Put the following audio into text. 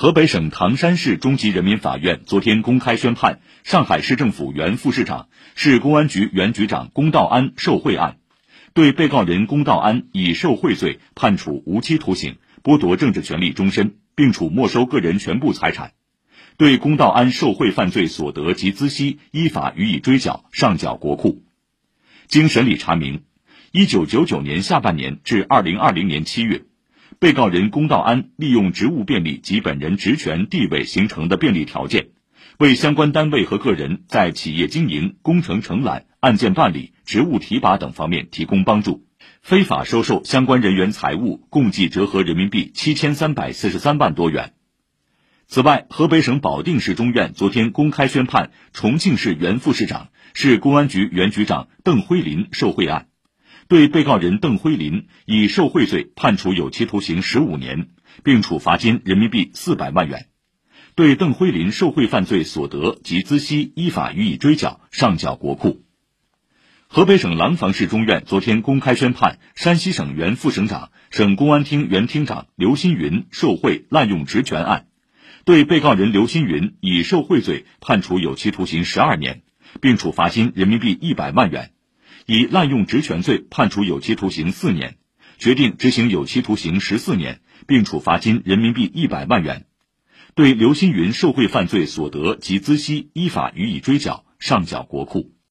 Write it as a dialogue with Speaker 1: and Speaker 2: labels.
Speaker 1: 河北省唐山市中级人民法院昨天公开宣判上海市政府原副市长、市公安局原局长龚道安受贿案，对被告人龚道安以受贿罪判处无期徒刑，剥夺政治权利终身，并处没收个人全部财产。对龚道安受贿犯罪所得及孳息依法予以追缴，上缴国库。经审理查明，1999年下半年至2020年7月，被告人龚道安利用职务便利及本人职权地位形成的便利条件，为相关单位和个人在企业经营、工程承揽、案件办理、职务提拔等方面提供帮助，非法收受相关人员财物共计折合人民币7343万多元。此外，河北省保定市中院昨天公开宣判重庆市原副市长、市公安局原局长邓辉林受贿案，对被告人邓辉林以受贿罪判处有期徒刑15年，并处罚金人民币400万元。对邓辉林受贿犯罪所得及孳息依法予以追缴，上缴国库。河北省廊坊市中院昨天公开宣判山西省原副省长、省公安厅原厅长刘新云受贿滥用职权案，对被告人刘新云以受贿罪判处有期徒刑12年，并处罚金人民币100万元，以滥用职权罪判处有期徒刑4年，决定执行有期徒刑14年，并处罚金人民币100万元。对刘新云受贿犯罪所得及孳息依法予以追缴，上缴国库。